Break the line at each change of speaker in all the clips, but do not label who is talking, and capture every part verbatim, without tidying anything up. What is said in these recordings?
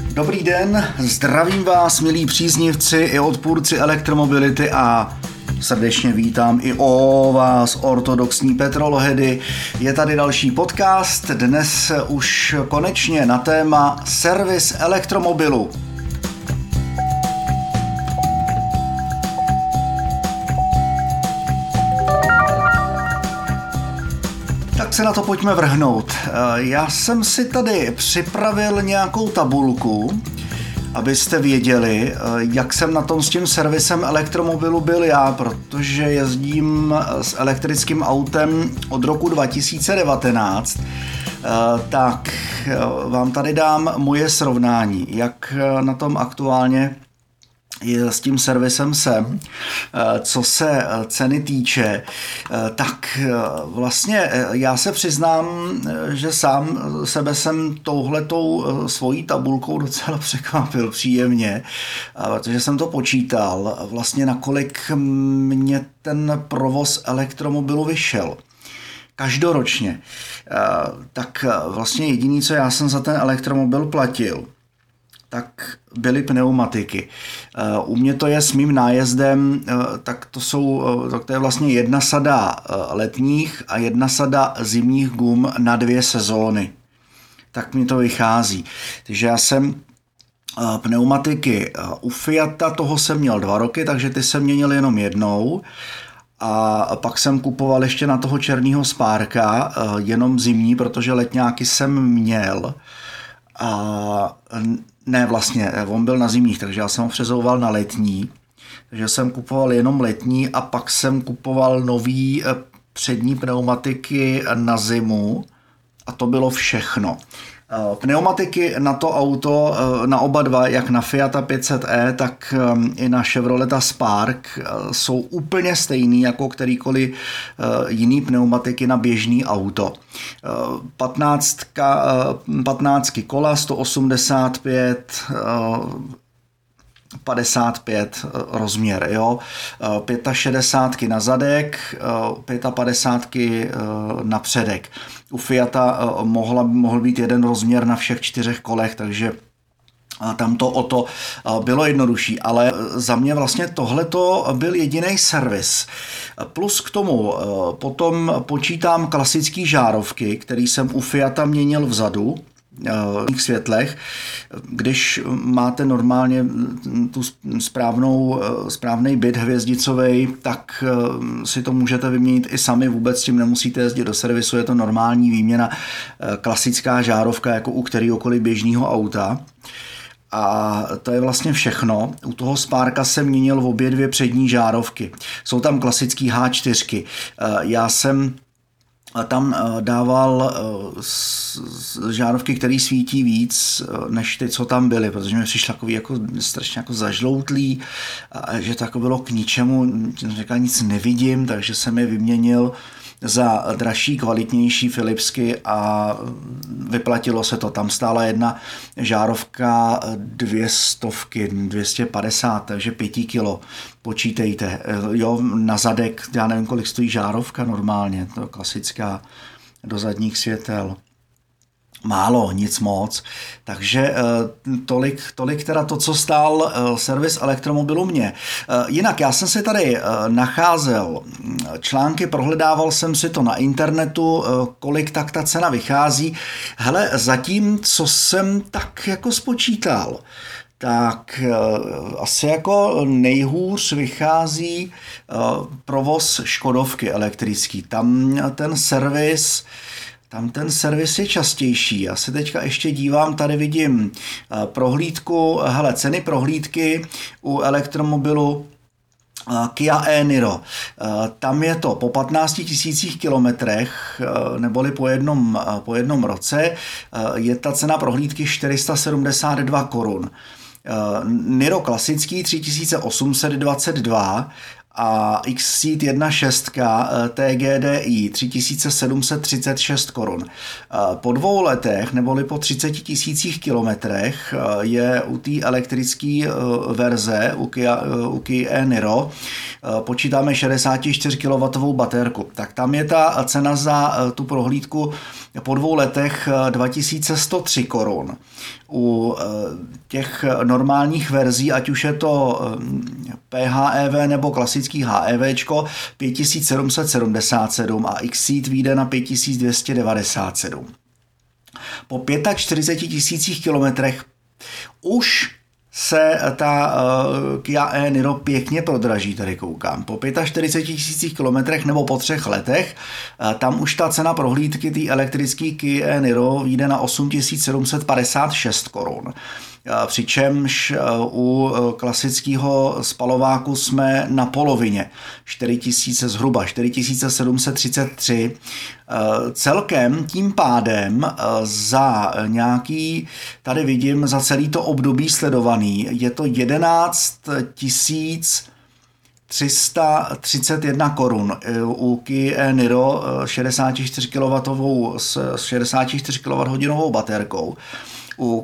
Dobrý den, zdravím vás, milí příznivci i odpůrci elektromobility a srdečně vítám i o vás, ortodoxní petrolohedy. Je tady další podcast, dnes už konečně na téma servis elektromobilu. Tak se na to pojďme vrhnout. Já jsem si tady připravil nějakou tabulku, abyste věděli, jak jsem na tom s tím servisem elektromobilu byl já, protože jezdím s elektrickým autem od roku dva tisíce devatenáct, tak vám tady dám moje srovnání, jak na tom aktuálně s tím servisem jsem. Co se ceny týče, tak vlastně já se přiznám, že sám sebe jsem touhletou svojí tabulkou docela překvapil příjemně, protože jsem to počítal, vlastně nakolik mě ten provoz elektromobilu vyšel. Každoročně. Tak vlastně jediné, co já jsem za ten elektromobil platil, tak byly pneumatiky. U mě to je s mým nájezdem, tak to jsou, tak to je vlastně jedna sada letních a jedna sada zimních gum na dvě sezóny. Tak mi to vychází. Takže já jsem pneumatiky u Fiata, toho jsem měl dva roky, takže ty jsem měnil jenom jednou. A pak jsem kupoval ještě na toho černýho Sparka jenom zimní, protože letňáky jsem měl. A ne, vlastně, on byl na zimních, takže já jsem ho přezouval na letní. Takže jsem kupoval jenom letní a pak jsem kupoval nový přední pneumatiky na zimu a to bylo všechno. Pneumatiky na to auto, na oba dva, jak na Fiata pět set e, tak i na Chevroleta Spark jsou úplně stejný jako kterýkoliv jiný pneumatiky na běžný auto. patnáctky kola, sto osmdesát pět, padesát pět rozměr, jo. šedesát pět na zadek, padesát pět na předek. U Fiata mohla, mohl být jeden rozměr na všech čtyřech kolech, takže tam to o to bylo jednodušší, ale za mě vlastně tohleto byl jediný servis. Plus k tomu potom počítám klasický žárovky, který jsem u Fiata měnil vzadu, v světlech. Když máte normálně tu správnou, správný byt hvězdicovej, tak si to můžete vyměnit i sami, vůbec s tím nemusíte jezdit do servisu, je to normální výměna, klasická žárovka jako u kterýhokoliv běžného auta. A to je vlastně všechno. U toho Sparka jsem měnil v obě dvě přední žárovky. Jsou tam klasický há čtyři. Já jsem tam dával žárovky, které svítí víc než ty, co tam byly, protože mi přišlo takový jako strašně jako zažloutlý, že to jako bylo k ničemu, jsem říkal, nic nevidím, takže jsem je vyměnil za dražší, kvalitnější Philipsky a vyplatilo se to. Tam stála jedna žárovka dvě stovky, dvě stě padesát, takže pěti kilo. Počítejte. Jo, na zadek, já nevím, kolik stojí žárovka normálně, to je klasická do zadních světel. Málo, nic moc. Takže tolik, tolik teda to, co stál servis elektromobilu mě. Jinak já jsem si tady nacházel články, prohledával jsem si to na internetu, kolik tak ta cena vychází. Hele, zatím, co jsem tak jako spočítal, tak asi jako nejhůř vychází provoz Škodovky elektrický. Tam ten servis Tam ten servis je častější. Já se teďka ještě dívám, tady vidím prohlídku, hele, ceny prohlídky u elektromobilu Kia e-Niro. Tam je to po patnácti tisících kilometrech, neboli po jednom, po jednom roce, je ta cena prohlídky čtyři sta sedmdesát dva korun. Niro klasický tři tisíce osm set dvacet dva a X-Seed jedna tečka šest T G D I tři tisíce sedm set třicet šest korun. Po dvou letech, neboli po třiceti tisících kilometrech, je u té elektrické verze, u Kia, u Kia e-Niro, počítáme šedesát čtyři kilowattů baterku. Tak tam je ta cena za tu prohlídku po dvou letech dva tisíce sto tři korun. U těch normálních verzí, ať už je to P H E V nebo klasický H E V, pět tisíc sedm set sedmdesát sedm a Xceed vyjde na pět tisíc dvě stě devadesát sedm. Po čtyřiceti pěti tisících kilometrech už se ta uh, Kia e-Niro pěkně prodraží, tady koukám. Po čtyřiceti pěti tisících kilometrech nebo po třech letech, uh, tam už ta cena prohlídky té elektrické Kia e-Niro vyjde na osm tisíc sedm set padesát šest korun. Přičemž u klasického spalováku jsme na polovině, čtyři tisíce zhruba, čtyři tisíce sedm set třicet tři. Celkem tím pádem za nějaký, tady vidím, za celý to období sledovaný, je to jedenáct tisíc tři sta třicet jedna korun. U Kia e-Niro šedesát čtyři kilowattů s šedesát čtyři kilowatthodin baterkou. U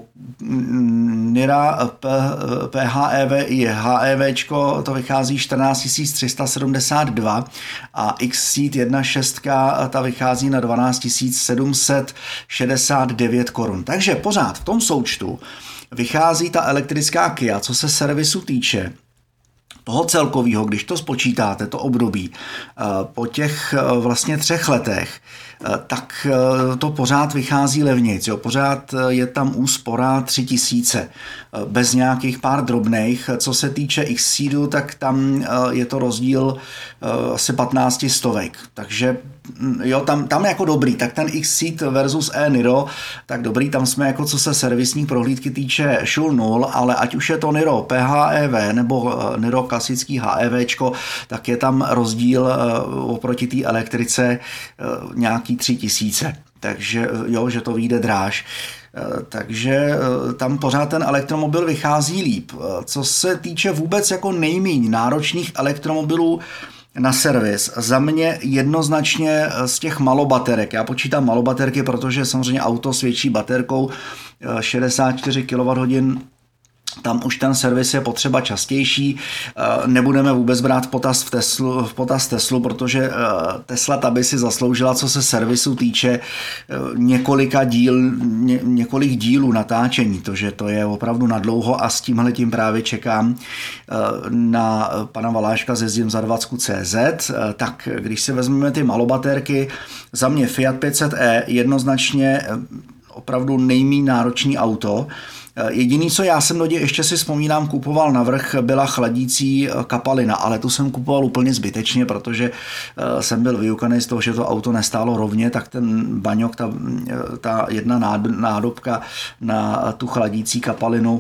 Nira P H E V i H E V to vychází čtrnáct tisíc tři sta sedmdesát dva a Xceed jedna tečka šest ta vychází na dvanáct tisíc sedm set šedesát devět korun. Takže pořád v tom součtu vychází ta elektrická Kia, co se servisu týče, toho celkového, když to spočítáte, to období, po těch vlastně třech letech, tak to pořád vychází levnějc. Jo. Pořád je tam úspora tři tisíce, bez nějakých pár drobných. Co se týče Xceedu, tak tam je to rozdíl asi patnáct stovek. Takže jo, tam, tam jako dobrý. Tak ten Xceed versus e-Niro, tak dobrý, tam jsme jako co se servisní prohlídky týče šul nul, ale ať už je to Niro P H E V nebo Niro klasický H E V, tak je tam rozdíl oproti té elektrice nějaký tři tisíce. Takže jo, že to vyjde dráž. Takže tam pořád ten elektromobil vychází líp. Co se týče vůbec jako nejméně náročných elektromobilů na servis, za mě jednoznačně z těch malobaterek. Já počítám malobaterky, protože samozřejmě auto s větší baterkou šedesát čtyři kilowatthodin, tam už ten servis je potřeba častější. Nebudeme vůbec brát v potaz, v Teslu, v potaz Teslu, protože Tesla ta by si zasloužila, co se servisu týče, několika díl, ně, několik dílů natáčení, to, že to je opravdu nadlouho a s tímhletím právě čekám na pana Valáška ze Zdim za dvacet tečka cé zet. Tak když si vezmeme ty malobaterky, za mě Fiat pět set e jednoznačně opravdu nejméně náročný auto. Jediný, co já jsem dodě ještě si vzpomínám, kupoval navrch, byla chladící kapalina, ale tu jsem kupoval úplně zbytečně, protože jsem byl vyukaný z toho, že to auto nestálo rovně, tak ten baňok, ta, ta jedna nádobka na tu chladící kapalinu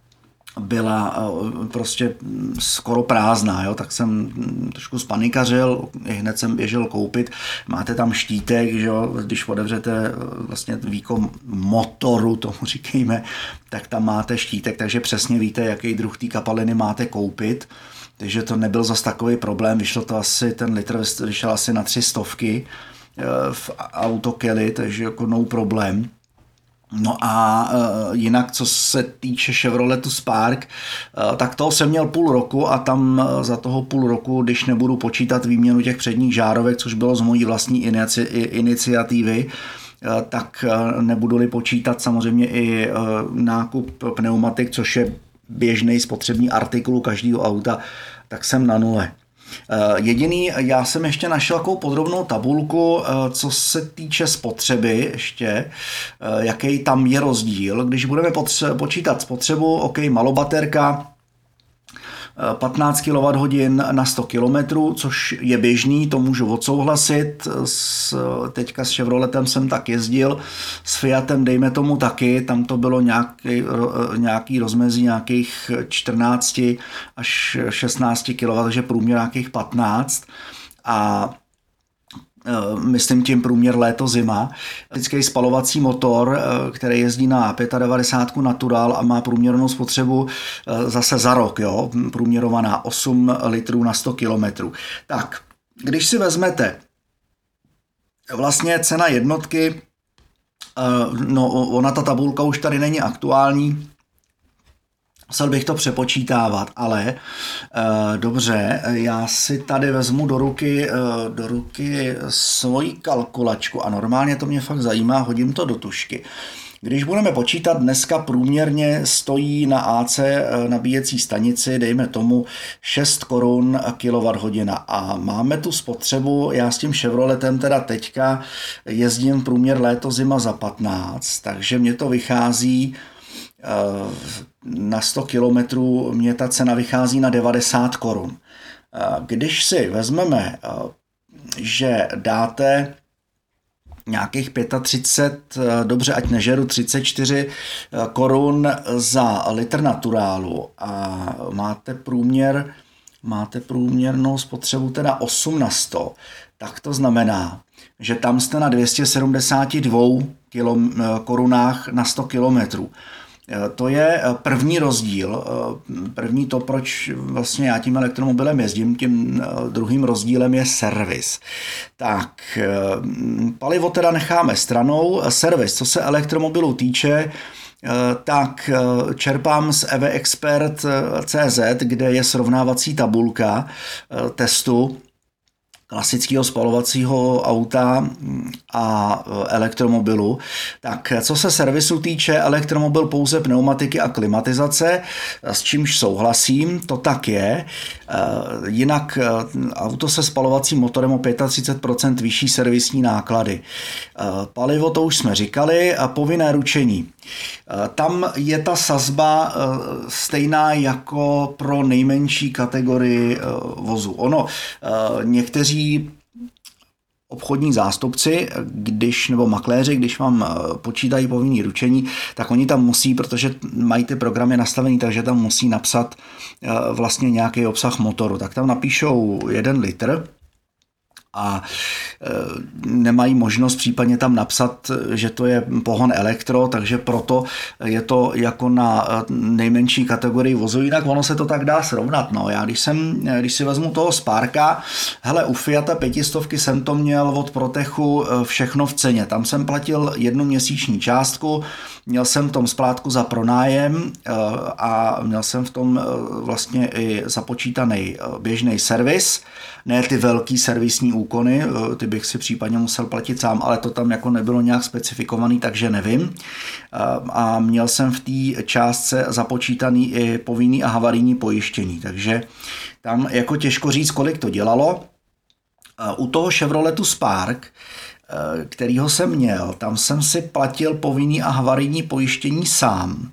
byla prostě skoro prázdná, jo? Tak jsem trošku spanikařil, hned jsem běžel koupit, máte tam štítek, že jo? Když otevřete vlastně výkon motoru, tomu říkejme, tak tam máte štítek, takže přesně víte, jaký druh té kapaliny máte koupit, takže to nebyl zas takový problém, vyšlo to asi, ten litr vyšel asi na tři stovky v autokeli, takže jako no problém. No a uh, jinak, co se týče Chevroletu Spark, uh, tak toho jsem měl půl roku a tam uh, za toho půl roku, když nebudu počítat výměnu těch předních žárovek, což bylo z mojí vlastní inici, iniciativy, uh, tak uh, nebudu-li počítat samozřejmě i uh, nákup pneumatik, což je běžný spotřební artikul každého auta, tak jsem na nule. Jediný, já jsem ještě našel takovou podrobnou tabulku, co se týče spotřeby ještě, jaký tam je rozdíl. Když budeme potře- počítat spotřebu, OK, malobaterka, patnáct kilowatthodin na sto kilometrů, což je běžný, to můžu odsouhlasit. S, teďka s Chevroletem jsem tak jezdil, s Fiatem dejme tomu taky, tam to bylo nějaký, nějaký rozmezí nějakých čtrnáct až šestnáct kilowattů, takže průměr nějakých patnáct a myslím tím průměr léto zima. Vždycky spalovací motor, který jezdí na devadesát pět Natural a má průměrnou spotřebu zase za rok, jo, průměrovaná osm litrů na sto kilometrů. Tak, když si vezmete vlastně cena jednotky, no ona ta tabulka už tady není aktuální, musel bych to přepočítávat, ale e, dobře, já si tady vezmu do ruky, e, do ruky svoji kalkulačku a normálně to mě fakt zajímá, hodím to do tušky. Když budeme počítat, dneska průměrně stojí na A C nabíjecí stanici, dejme tomu šest korun kilowatthodina a máme tu spotřebu, já s tím Chevroletem teda teďka jezdím průměr léto zima za patnáct, takže mě to vychází na sto kilometrů, mě ta cena vychází na devadesát korun. Když si vezmeme, že dáte nějakých třicet pět, dobře, ať nežeru, třicet čtyři korun za litr naturálu a máte průměr, máte průměrnou spotřebu teda osm na sto, tak to znamená, že tam jste na dvě stě sedmdesát dva korunách na sto kilometrů. To je první rozdíl, první to, proč vlastně já tím elektromobilem jezdím, tím druhým rozdílem je servis. Tak, palivo teda necháme stranou, servis, co se elektromobilu týče, tak čerpám z E V Expert tečka cé zet, kde je srovnávací tabulka testu klasického spalovacího auta a elektromobilu. Tak co se servisu týče, elektromobil pouze pneumatiky a klimatizace, s čímž souhlasím, to tak je. Jinak auto se spalovacím motorem o třicet pět procent vyšší servisní náklady. Palivo, to už jsme říkali, a povinné ručení. Tam je ta sazba stejná jako pro nejmenší kategorii vozu. Ono, někteří obchodní zástupci, když, nebo makléři, když vám počítají povinný ručení, tak oni tam musí, protože mají ty programy nastavený, takže tam musí napsat vlastně nějaký obsah motoru. Tak tam napíšou jeden litr a nemají možnost případně tam napsat, že to je pohon elektro, takže proto je to jako na nejmenší kategorii vozu, jinak ono se to tak dá srovnat. No. Já když, jsem, když si vezmu toho Sparka, hele, u Fiata pětistovky jsem to měl od Protechu všechno v ceně. Tam jsem platil jednu měsíční částku, měl jsem v tom splátku za pronájem a měl jsem v tom vlastně i započítaný běžný servis, ne ty velký servisní úkony, ty bych si případně musel platit sám, ale to tam jako nebylo nějak specifikovaný, takže nevím. A měl jsem v té částce započítaný i povinný a havarijní pojištění, takže tam jako těžko říct, kolik to dělalo. U toho Chevroletu Spark, kterýho jsem měl, tam jsem si platil povinný a havarijní pojištění sám.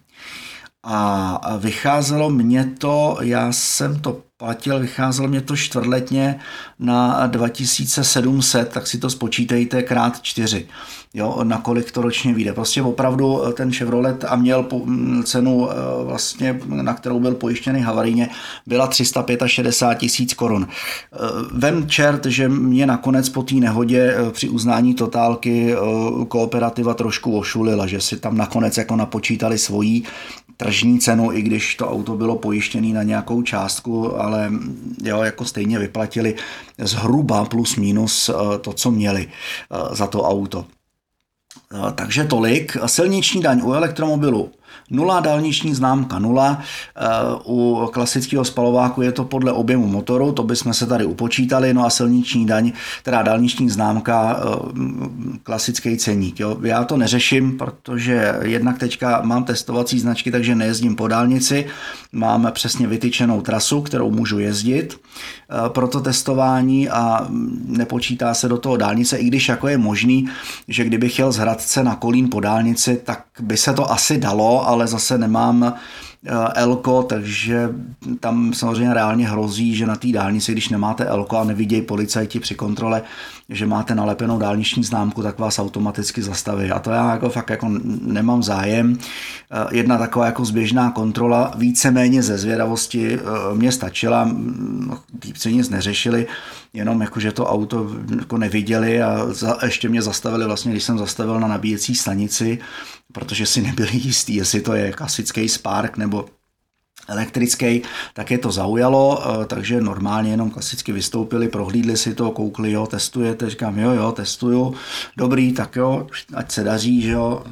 A vycházelo mě to, já jsem to platil, vycházelo mě to čtvrtletně na dva tisíce sedm set, tak si to spočítejte krát čtyři, jo, na kolik to ročně vyjde. Prostě opravdu ten Chevrolet a měl cenu vlastně, na kterou byl pojištěný havarijně, byla tři sta šedesát pět tisíc korun. Vem čert, že mě nakonec po té nehodě při uznání totálky Kooperativa trošku ošulila, že si tam nakonec jako napočítali svojí tržní cenu, i když to auto bylo pojištěné na nějakou částku, ale jo, jako stejně vyplatili zhruba plus minus to, co měli za to auto. Takže tolik. Silniční daň u elektromobilu nula, dálniční známka nula, u klasického spalováku je to podle objemu motoru, to bychom se tady upočítali, no a silniční daň, teda dálniční známka, klasický ceník. Jo. Já to neřeším, protože jednak teďka mám testovací značky, takže nejezdím po dálnici, mám přesně vytyčenou trasu, kterou můžu jezdit pro to testování a nepočítá se do toho dálnice, i když jako je možný, že kdybych jel z Hradce na Kolín po dálnici, tak by se to asi dalo, ale zase nemám elko, takže tam samozřejmě reálně hrozí, že na té dálnici, když nemáte elko a nevidějí policajti při kontrole, že máte nalepenou dálniční známku, tak vás automaticky zastaví. A to já jako fakt jako nemám zájem. Jedna taková jako zběžná kontrola, víceméně ze zvědavosti mě stačila, týpci nic neřešili, jenom jako, že to auto jako neviděli a za, ještě mě zastavili vlastně, když jsem zastavil na nabíjecí stanici, protože si nebyli jistý, jestli to je klasický Spark nebo elektrický, tak je to zaujalo, takže normálně jenom klasicky vystoupili, prohlídli si to, koukli, jo, testujete, říkám, jo, jo, testuju, dobrý, tak jo, ať se daří, že jo,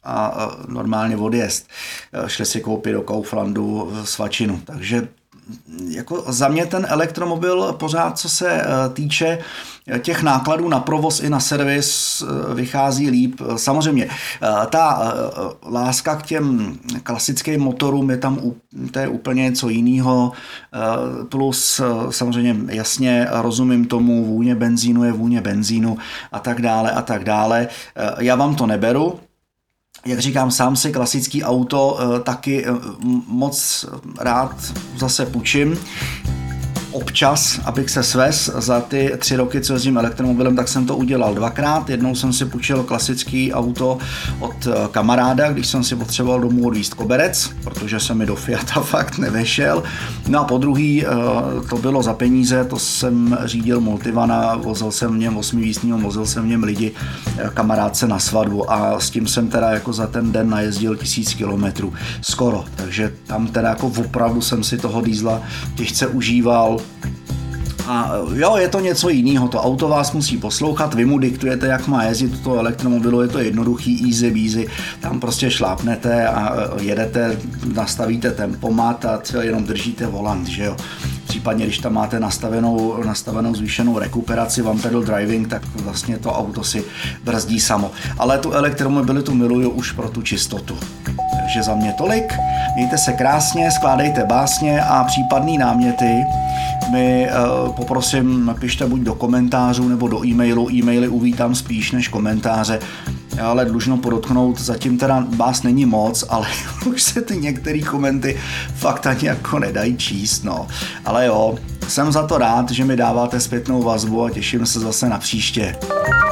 a normálně odjezd. Šli si koupit do Kauflandu svačinu. Takže jako za mě ten elektromobil pořád, co se týče těch nákladů na provoz i na servis, vychází líp. Samozřejmě ta láska k těm klasickým motorům je tam, to je úplně něco jiného, plus samozřejmě jasně rozumím tomu, vůně benzínu je vůně benzínu a tak dále a tak dále. Já vám to neberu. Jak říkám, sám si klasický auto taky moc rád zase půjčím. Občas, abych se svez za ty tři roky, co jezdím elektromobilem, tak jsem to udělal dvakrát. Jednou jsem si půjčil klasický auto od kamaráda, když jsem si potřeboval domů odvízt koberec, protože se mi do Fiata fakt nevešel. No a po druhý, to bylo za peníze, to jsem řídil Multivana, vozil jsem v něm osmivístního, vozil jsem v něm lidi, kamarádce na svatbu a s tím jsem teda jako za ten den najezdil tisíc kilometrů. Skoro, takže tam teda jako opravdu jsem si toho diesla těžce užíval. A jo, je to něco jiného, to auto vás musí poslouchat, vy mu diktujete, jak má jezdit, to elektromobilu je to jednoduchý, easy beasy, tam prostě šlápnete a jedete, nastavíte tempomat a jenom držíte volant, že jo. Případně, když tam máte nastavenou, nastavenou zvýšenou rekuperaci, one pedal driving, tak vlastně to auto si brzdí samo. Ale tu elektromobilitu miluju už pro tu čistotu. Takže za mě tolik, mějte se krásně, skládejte básně a případný náměty mi uh, poprosím, pište buď do komentářů nebo do e-mailu. E-maily uvítám spíš než komentáře, ale dlužno podotknout, zatím teda vás není moc, ale už se ty některé komenty fakt ani jako nedají číst, no. Ale jo, jsem za to rád, že mi dáváte zpětnou vazbu a těším se zase na příště.